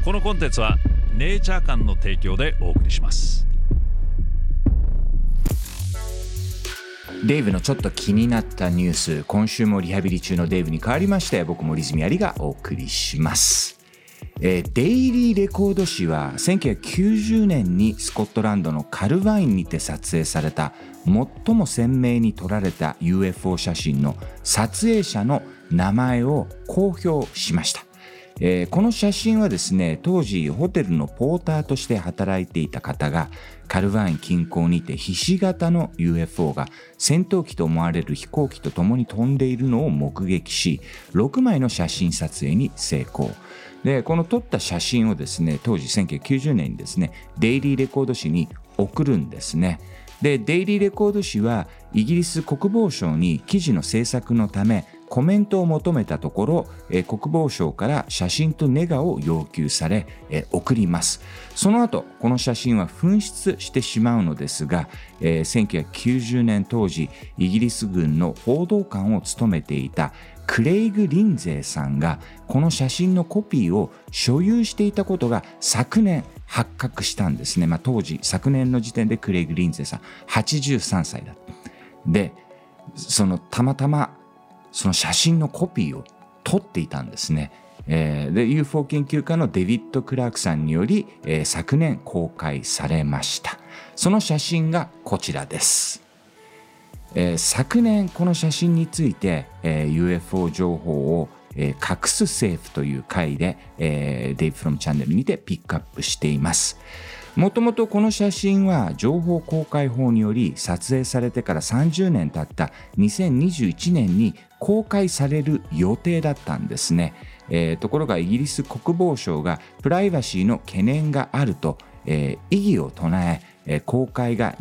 このコンテンツはネイチャー館の提供でお送りします。 デイブのちょっと気になったニュース、今週もリハビリ中のデイブに代わりまして僕森泉有がお送りします。デイリーレコード誌は1990年にスコットランドのカルバインにて撮影された最も鮮明に撮られた UFO 写真の撮影者の名前を公表しました。この写真はですね、当時ホテルのポーターとして働いていた方がカルバイン近郊にてひし形の UFO が戦闘機と思われる飛行機とともに飛んでいるのを目撃し、6枚の写真撮影に成功で、この撮った写真をですね、当時1990年にですね、デイリーレコード誌に送るんですね。で、デイリーレコード誌はイギリス国防省に記事の制作のためコメントを求めたところ、国防省から写真とネガを要求され、送ります。その後この写真は紛失してしまうのですが、1990年当時イギリス軍の報道官を務めていたクレイグ・リンゼーさんがこの写真のコピーを所有していたことが昨年発覚したんですね。当時昨年の時点でクレイグ・リンゼーさん83歳だ。で、たまたまその写真のコピーを撮っていたんですね。で UFO 研究家のデビッド・クラークさんにより、昨年公開されました。その写真がこちらです。昨年この写真について、UFO 情報を、隠す政府という回で、デイブフロムチャンネルにてピックアップしています。もともとこの写真は情報公開法により撮影されてから30年経った2021年に公開される予定だったんですね。ところがイギリス国防省がプライバシーの懸念があると、異議を唱え、公開が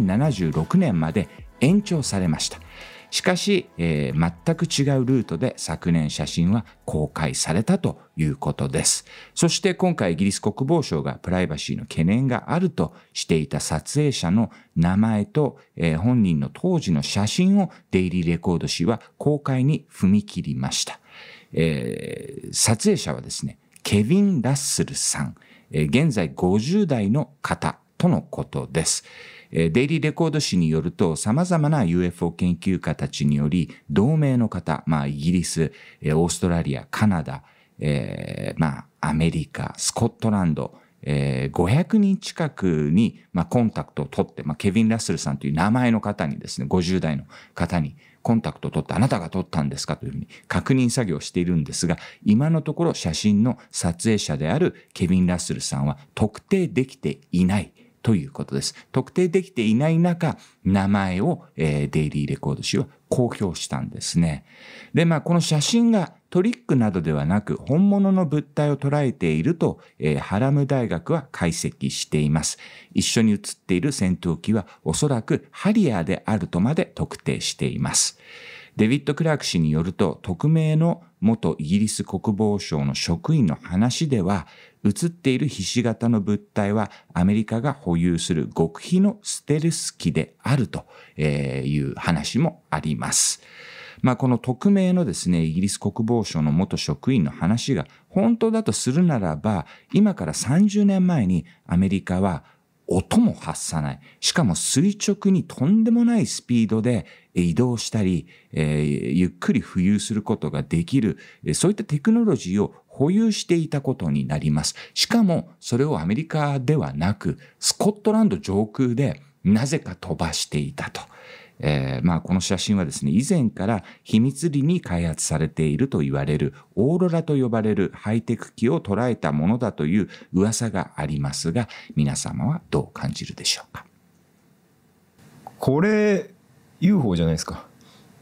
2076年まで延長されました。しかし、全く違うルートで昨年写真は公開されたということです。そして今回イギリス国防省がプライバシーの懸念があるとしていた撮影者の名前と、本人の当時の写真をデイリーレコード誌は公開に踏み切りました。撮影者はですね、ケビン・ラッスルさん、現在50代の方とのことです。デイリーレコード誌によると様々な UFO 研究家たちにより同盟の方、イギリス、オーストラリア、カナダ、アメリカ、スコットランド、500人近くに、コンタクトを取って、ケビン・ラッセルさんという名前の方にですね、50代の方にコンタクトを取って、あなたが撮ったんですかというふうに確認作業をしているんですが、今のところ写真の撮影者であるケビン・ラッセルさんは特定できていないということです。特定できていない中、名前を、デイリーレコード誌は公表したんですね。で、この写真がトリックなどではなく本物の物体を捉えていると、ハラム大学は解析しています。一緒に写っている戦闘機はおそらくハリアーであるとまで特定しています。デビッド・クラーク氏によると、匿名の元イギリス国防省の職員の話では、写っているひし形の物体はアメリカが保有する極秘のステルス機であるという話もあります。この匿名のですね、イギリス国防省の元職員の話が本当だとするならば、今から30年前にアメリカは音も発さない、しかも垂直にとんでもないスピードで移動したり、ゆっくり浮遊することができる、そういったテクノロジーを保有していたことになります。しかもそれをアメリカではなくスコットランド上空でなぜか飛ばしていたと。この写真はですね、以前から秘密裏に開発されていると言われるオーロラと呼ばれるハイテク機を捉えたものだという噂がありますが、皆様はどう感じるでしょうか。 これ UFO じゃないですか。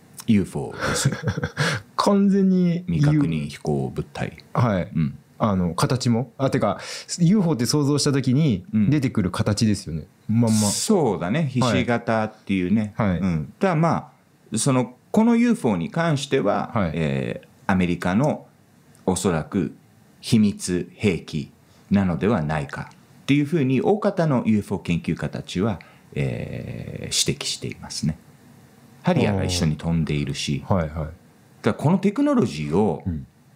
UFO ですよ。 完全に未確認飛行物体。 はい、形もてか UFO って想像した時に出てくる形ですよね、 そうだね、ひし形っていうね、ただこの UFO に関しては、アメリカのおそらく秘密兵器なのではないかっていうふうに大方の UFO 研究家たちは、指摘していますね。ハリアーが一緒に飛んでいるし、だからこのテクノロジーを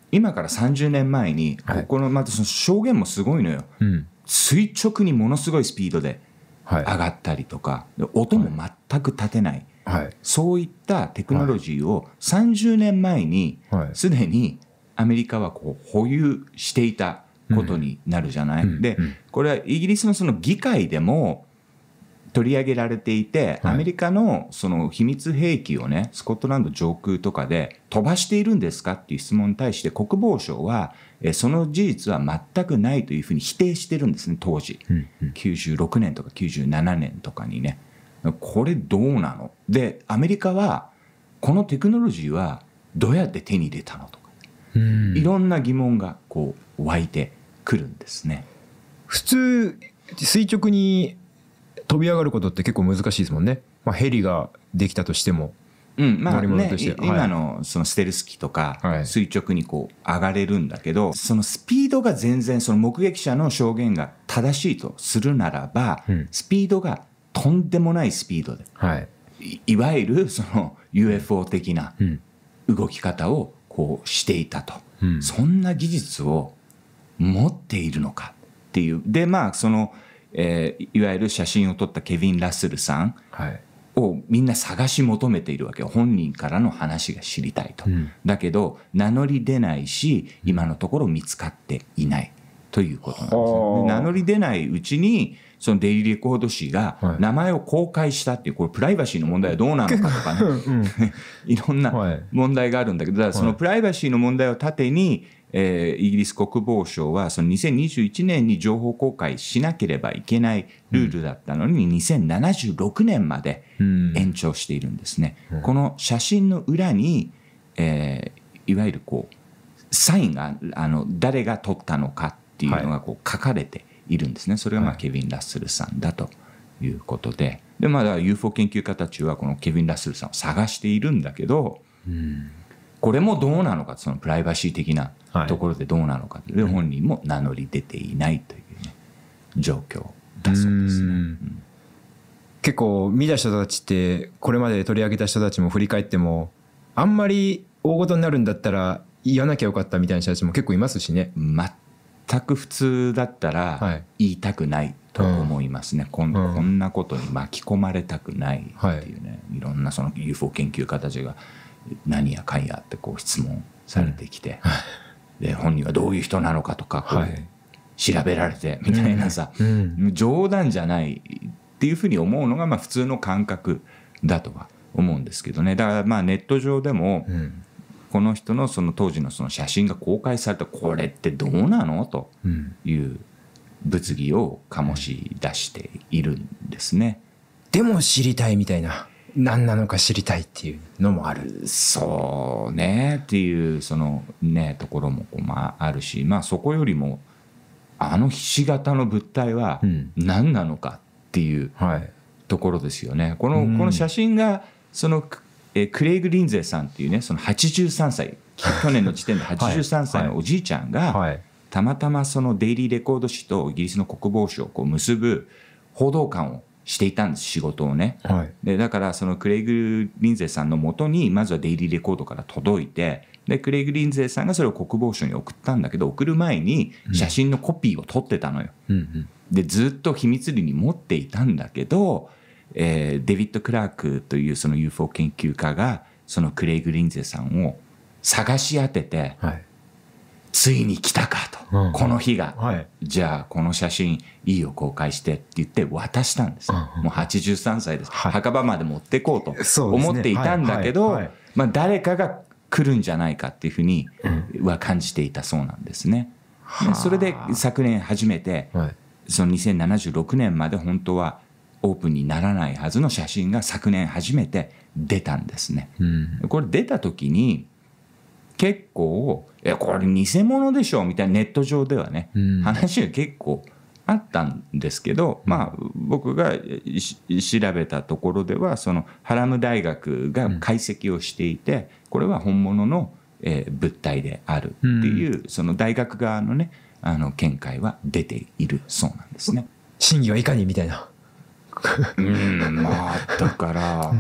今から30年前に、 はい、 このまたその証言もすごいのよ、うん、垂直にものすごいスピードで上がったりとか、はい、音も全く立てない、はい、そういったテクノロジーを30年前にすでにアメリカはこう保有していたことになるじゃない、うん、でこれはイギリスのその議会でも取り上げられていて、アメリカのその秘密兵器をね、スコットランド上空とかで飛ばしているんですかっていう質問に対して国防省はその事実は全くないというふうに否定してるんですね、当時、96年とか97年とかにね。これどうなので、アメリカはこのテクノロジーはどうやって手に入れたのとか、いろんな疑問がこう湧いてくるんですね。 普通垂直に飛び上がることって結構難しいですもんね、まあ、ヘリができたとしても、 まあね、今のそのステルス機とか垂直にこう上がれるんだけど、そのスピードが全然その目撃者の証言が正しいとするならば、スピードがとんでもないスピードで、いわゆるその UFO 的な動き方をこうしていたと、そんな技術を持っているのかっていう。でまあそのいわゆる写真を撮ったケビン・ラッセルさんをみんな探し求めているわけよ。本人からの話が知りたいと、だけど名乗り出ないし今のところ見つかっていないということなんですね。名乗り出ないうちにそのデイリーレコード紙が名前を公開したっていう、これプライバシーの問題はどうなのかとかねいろんな問題があるんだけど、だからそのプライバシーの問題を盾にイギリス国防省はその2021年に情報公開しなければいけないルールだったのに2076年まで延長しているんですね。この写真の裏に、いわゆるこうサインが誰が撮ったのかっていうのがこう書かれているんですね。それがまあケビン・ラッセルさんだということで、でまあ UFO 研究家たちはこのケビン・ラッセルさんを探しているんだけど、これもどうなのか、そのプライバシー的なところでどうなのか、で本人も名乗り出ていないという、ね、状況だそうですね。 結構見た人たちって、これまで取り上げた人たちも振り返っても、あんまり大事になるんだったら言わなきゃよかったみたいな人たちも結構いますしね。 全く普通だったら言いたくないと思いますね、こんなことに巻き込まれたくないっていうね、いろんなその UFO 研究家たちが何やかんやってこう質問されてきて、で本人はどういう人なのかとかこう調べられてみたいなさ、冗談じゃないっていうふうに思うのがまあ普通の感覚だとは思うんですけどね。だからまあネット上でもこの人のその当時のその写真が公開された、これってどうなのという物議を醸し出しているんですね。 でも知りたいみたいな、何なのか知りたいっていうのもある。 そうねっていうそのねところもまああるし、まあそこよりもひし形の物体は何なのかっていうところですよね。この写真がそのクレイグ・リンゼーさんっていうね、その83歳、去年の時点で83歳のおじいちゃんがたまたまそのデイリーレコード紙とイギリスの国防省をこう結ぶ報道官をしていたんです、仕事をね。でだからそのクレイグ・リンゼーさんの元にまずはデイリーレコードから届いて、でクレイグ・リンゼーさんがそれを国防省に送ったんだけど、送る前に写真のコピーを取ってたのよ。でずっと秘密裏に持っていたんだけど、デビッド・クラークというその UFO 研究家がそのクレイグ・リンゼーさんを探し当てて、ついに来たかと、この日が、じゃあこの写真いいよ公開してって言って渡したんです、もう83歳です、墓場まで持ってこうと思っていたんだけど、誰かが来るんじゃないかっていうふうには感じていたそうなんですね。それで昨年初めて、その2076年まで本当はオープンにならないはずの写真が昨年初めて出たんですね。これ出た時に結構これ偽物でしょみたいなネット上ではね、話が結構あったんですけど、まあ僕が調べたところではそのハラム大学が解析をしていて、これは本物の物体であるっていうその大学側のね見解は出ているそうなんですね。 真偽はいかにみたいなまあだから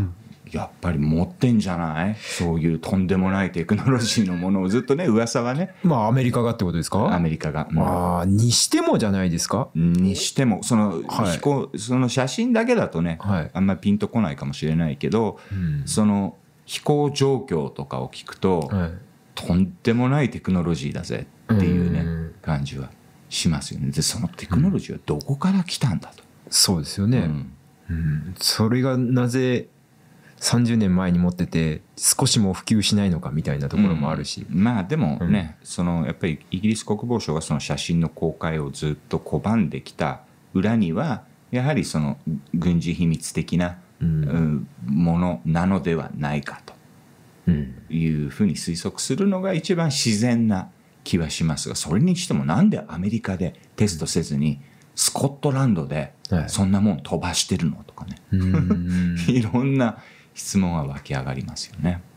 やっぱり持ってんじゃない？そういうとんでもないテクノロジーのものをずっとね、噂はね。 まあアメリカがってことですか？ アメリカが、 ああ、にしてもじゃないですか？ にしてもその、その写真だけだとね、あんまりピンとこないかもしれないけど、その飛行状況とかを聞くと、とんでもないテクノロジーだぜっていうね、感じはしますよね。でそのテクノロジーはどこから来たんだと。 そうですよね、それがなぜ30年前に持ってて少しも普及しないのかみたいなところもあるし、 まあでもね、そのやっぱりイギリス国防省がその写真の公開をずっと拒んできた裏にはやはりその軍事秘密的なものなのではないかというふうに推測するのが一番自然な気はしますが、それにしてもなんでアメリカでテストせずにスコットランドでそんなもん飛ばしてるのとかね、いろんな質問は湧き上がりますよね。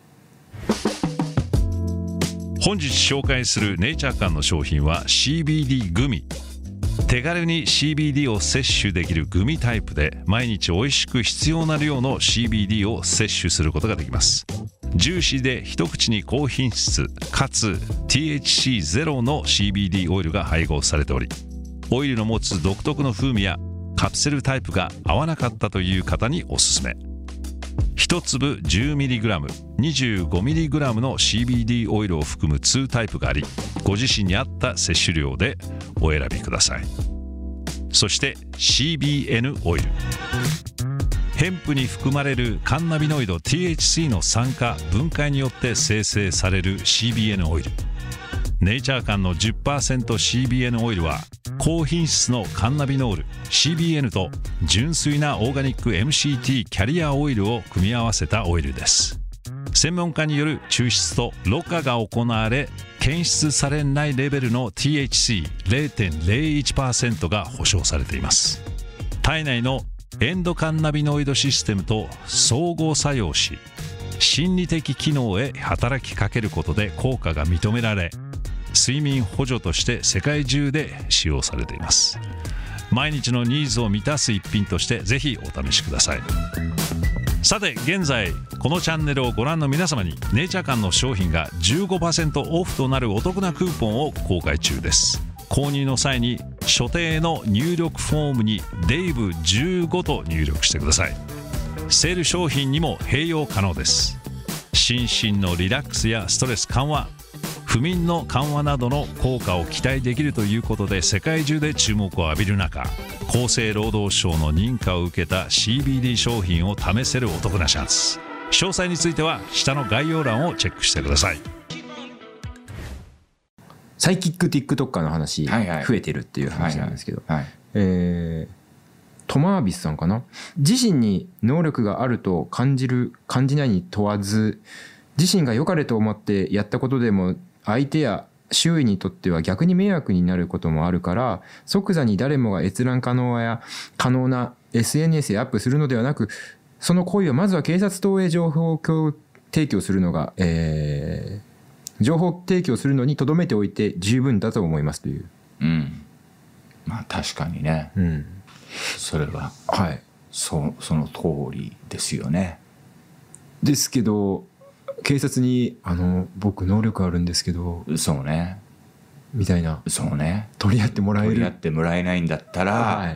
本日紹介するネイチャー館の商品は CBD グミ。手軽に CBD を摂取できるグミタイプで、毎日おいしく必要な量の CBD を摂取することができます。ジューシーで一口に高品質かつ THC ゼロの CBD オイルが配合されており、オイルの持つ独特の風味やカプセルタイプが合わなかったという方におすすめ。1粒 10mg、25mg の CBD オイルを含む2タイプがあり、ご自身に合った摂取量でお選びください。そして CBN オイル、ヘンプに含まれるカンナビノイド THC の酸化分解によって生成される CBN オイル。ネイチャー館の 10%CBN オイルは高品質のカンナビノール CBN と純粋なオーガニック MCT キャリアオイルを組み合わせたオイルです。専門家による抽出とろ過が行われ、検出されないレベルの THC0.01% が保証されています。体内のエンドカンナビノイドシステムと相互作用し、心理的機能へ働きかけることで効果が認められ、睡眠補助として世界中で使用されています。毎日のニーズを満たす一品としてぜひお試しください。さて現在このチャンネルをご覧の皆様にネイチャー館の商品が 15% オフとなるお得なクーポンを公開中です。購入の際に所定の入力フォームに DAVE15 と入力してください。セール商品にも併用可能です。心身のリラックスやストレス緩和、不眠の緩和などの効果を期待できるということで世界中で注目を浴びる中、厚生労働省の認可を受けた CBD 商品を試せるお得なチャンス。詳細については下の概要欄をチェックしてください。 サイキック TikToker の話増えてるっていう話なんですけど、トマービスさんかな、自身に能力があると感じる感じないに問わず、自身が良かれと思ってやったことでも相手や周囲にとっては逆に迷惑になることもあるから、即座に誰もが閲覧可能な SNS へアップするのではなく、その行為はまずは警察等へ情報提供するのが、情報提供するのに留めておいて十分だと思いますという。 まあ確かにね、それは、その通りですよね。 ですけど警察に僕能力あるんですけど、 そうねみたいな、 そうね、 取り合ってもらえないんだったら、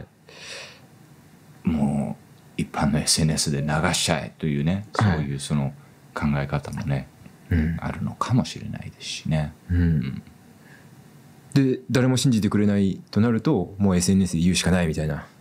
もう一般の SNS で流しちゃえというね、そういうその考え方もね、あるのかもしれないですしね。 で誰も信じてくれないとなると、もう SNS で言うしかないみたいな。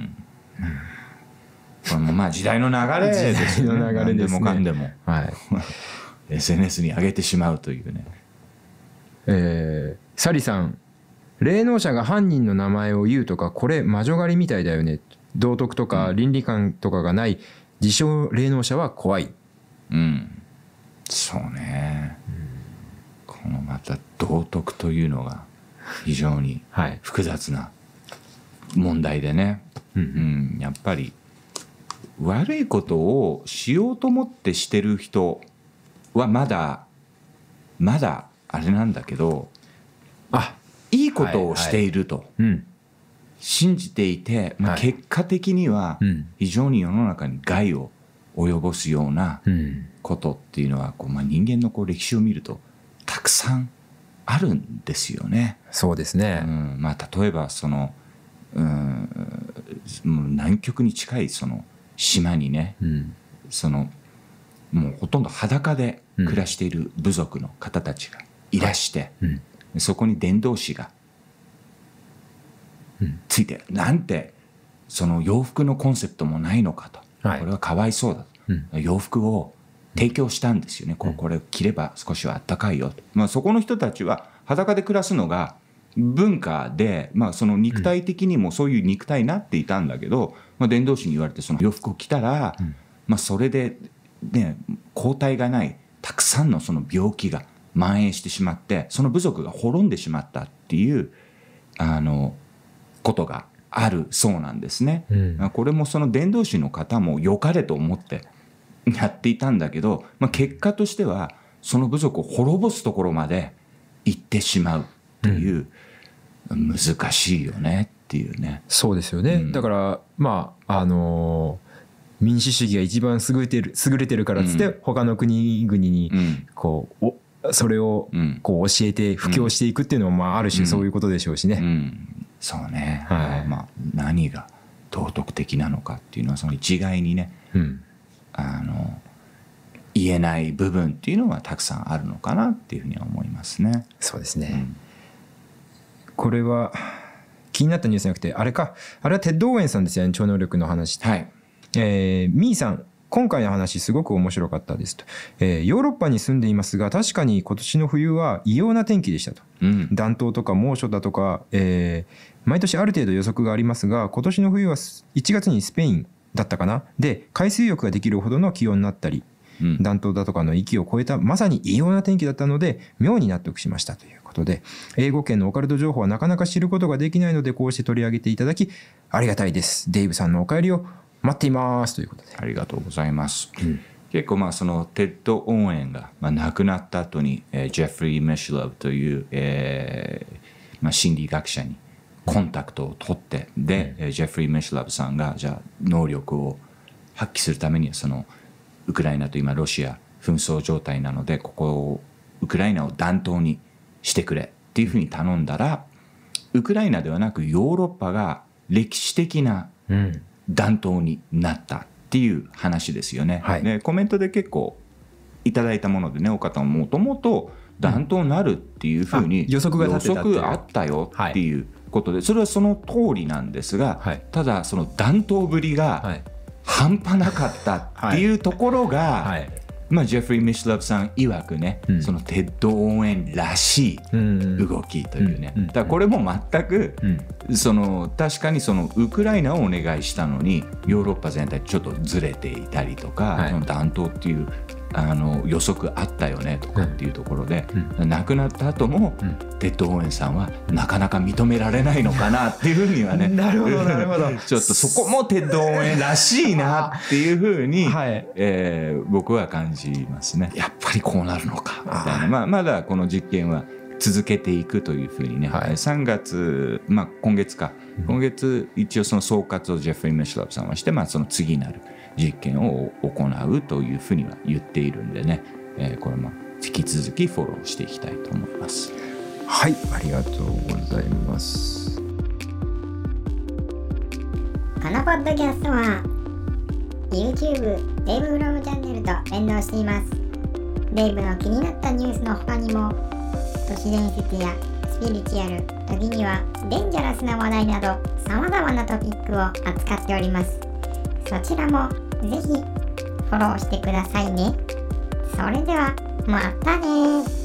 これもまあ時代の流れですよね。何でもかんでも、SNS に上げてしまうというね。サリさん、霊能者が犯人の名前を言うとか、これ魔女狩りみたいだよね。道徳とか倫理観とかがない自称霊能者は怖い。 そうね、このまた道徳というのが非常に複雑な問題でね、やっぱり悪いことをしようと思ってしてる人はまだあれなんだけど、いいことをしていると信じていて、結果的には非常に世の中に害を及ぼすようなことっていうのは人間の歴史を見るとたくさんあるんですよね。 そうですね。 例えば南極に近いその島にね、もうほとんど裸で暮らしている部族の方たちがいらして、そこに伝道師がついて、なんてその洋服のコンセプトもないのかと、これはかわいそうだと、洋服を提供したんですよね。これ着れば少しはあったかいよと。そこの人たちは裸で暮らすのが文化で、その肉体的にもそういう肉体になっていたんだけど、伝道師に言われてその洋服を着たら、それで、ね、抗体がないたくさんのその病気が蔓延してしまって、その部族が滅んでしまったっていうことがあるそうなんですね。これもその伝道師の方も良かれと思ってやっていたんだけど、結果としてはその部族を滅ぼすところまで行ってしまうという、難しいよねっていうね。 そうですよね。だから民主主義が一番優れてるからっつって、他の国々にそれを教えて布教していくっていうのもある種そういうことでしょうしね。 そうね。何が道徳的なのかっていうのはその一概にね、言えない部分っていうのはたくさんあるのかなっていうふうには思いますね。 そうですね。これは気になったニュースじゃなくて、あれはテッド・オーエンさんですよね、超能力の話。 はい。 ミーさん、今回の話すごく面白かったですと。ヨーロッパに住んでいますが、確かに今年の冬は異様な天気でしたと。暖冬とか猛暑だとか、毎年ある程度予測がありますが、今年の冬は1月にスペインだったかなで海水浴ができるほどの気温になったり、暖冬だとかの域を超えたまさに異様な天気だったので妙に納得しましたということで、英語圏のオカルト情報はなかなか知ることができないので、こうして取り上げていただきありがたいです。デイブさんのお帰りを待っていますということで。 ありがとうございます。結構そのテッド・オーエンが亡くなった後にジェフリー・メシュラブという、心理学者にコンタクトを取って、でジェフリー・メシュラブさんがじゃあ能力を発揮するためにはそのウクライナと今ロシア紛争状態なので、ここをウクライナを弾頭にしてくれっていうふうに頼んだら、ウクライナではなくヨーロッパが歴史的な弾頭になったっていう話ですよね。でコメントで結構いただいたものでね、お方ももともと弾頭になるっていうふうに予測があったよっていうことで、それはその通りなんですが、ただその弾頭ぶりが半端なかったっていうところが、ジェフリー・ミシュラブさん曰くね、そのテッド・オーエンらしい動きというね、だからこれも全く、確かにそのウクライナをお願いしたのにヨーロッパ全体ちょっとずれていたりとか、その弾頭っていう予測あったよねとかっていうところで、亡くなった後も、テッド・オーエンさんはなかなか認められないのかなっていうふうにはねなるほどなるほどちょっとそこもテッド・オーエンらしいなっていうふうに、僕は感じますね。やっぱりこうなるのかみたいな、まだこの実験は続けていくというふうにね、3月、今月一応その総括をジェフリー・メシュラブさんはして、その次なる実験を行うというふうには言っているんでね、これも引き続きフォローしていきたいと思います。 はい、ありがとうございます。 このポッドキャストは YouTube デイブフロムチャンネルと連動しています。デイブの気になったニュースの他にも、都市伝説やスピリチュアル、時にはデンジャラスな話題など様々なトピックを扱っております。そちらもぜひフォローしてくださいね。それではまたね。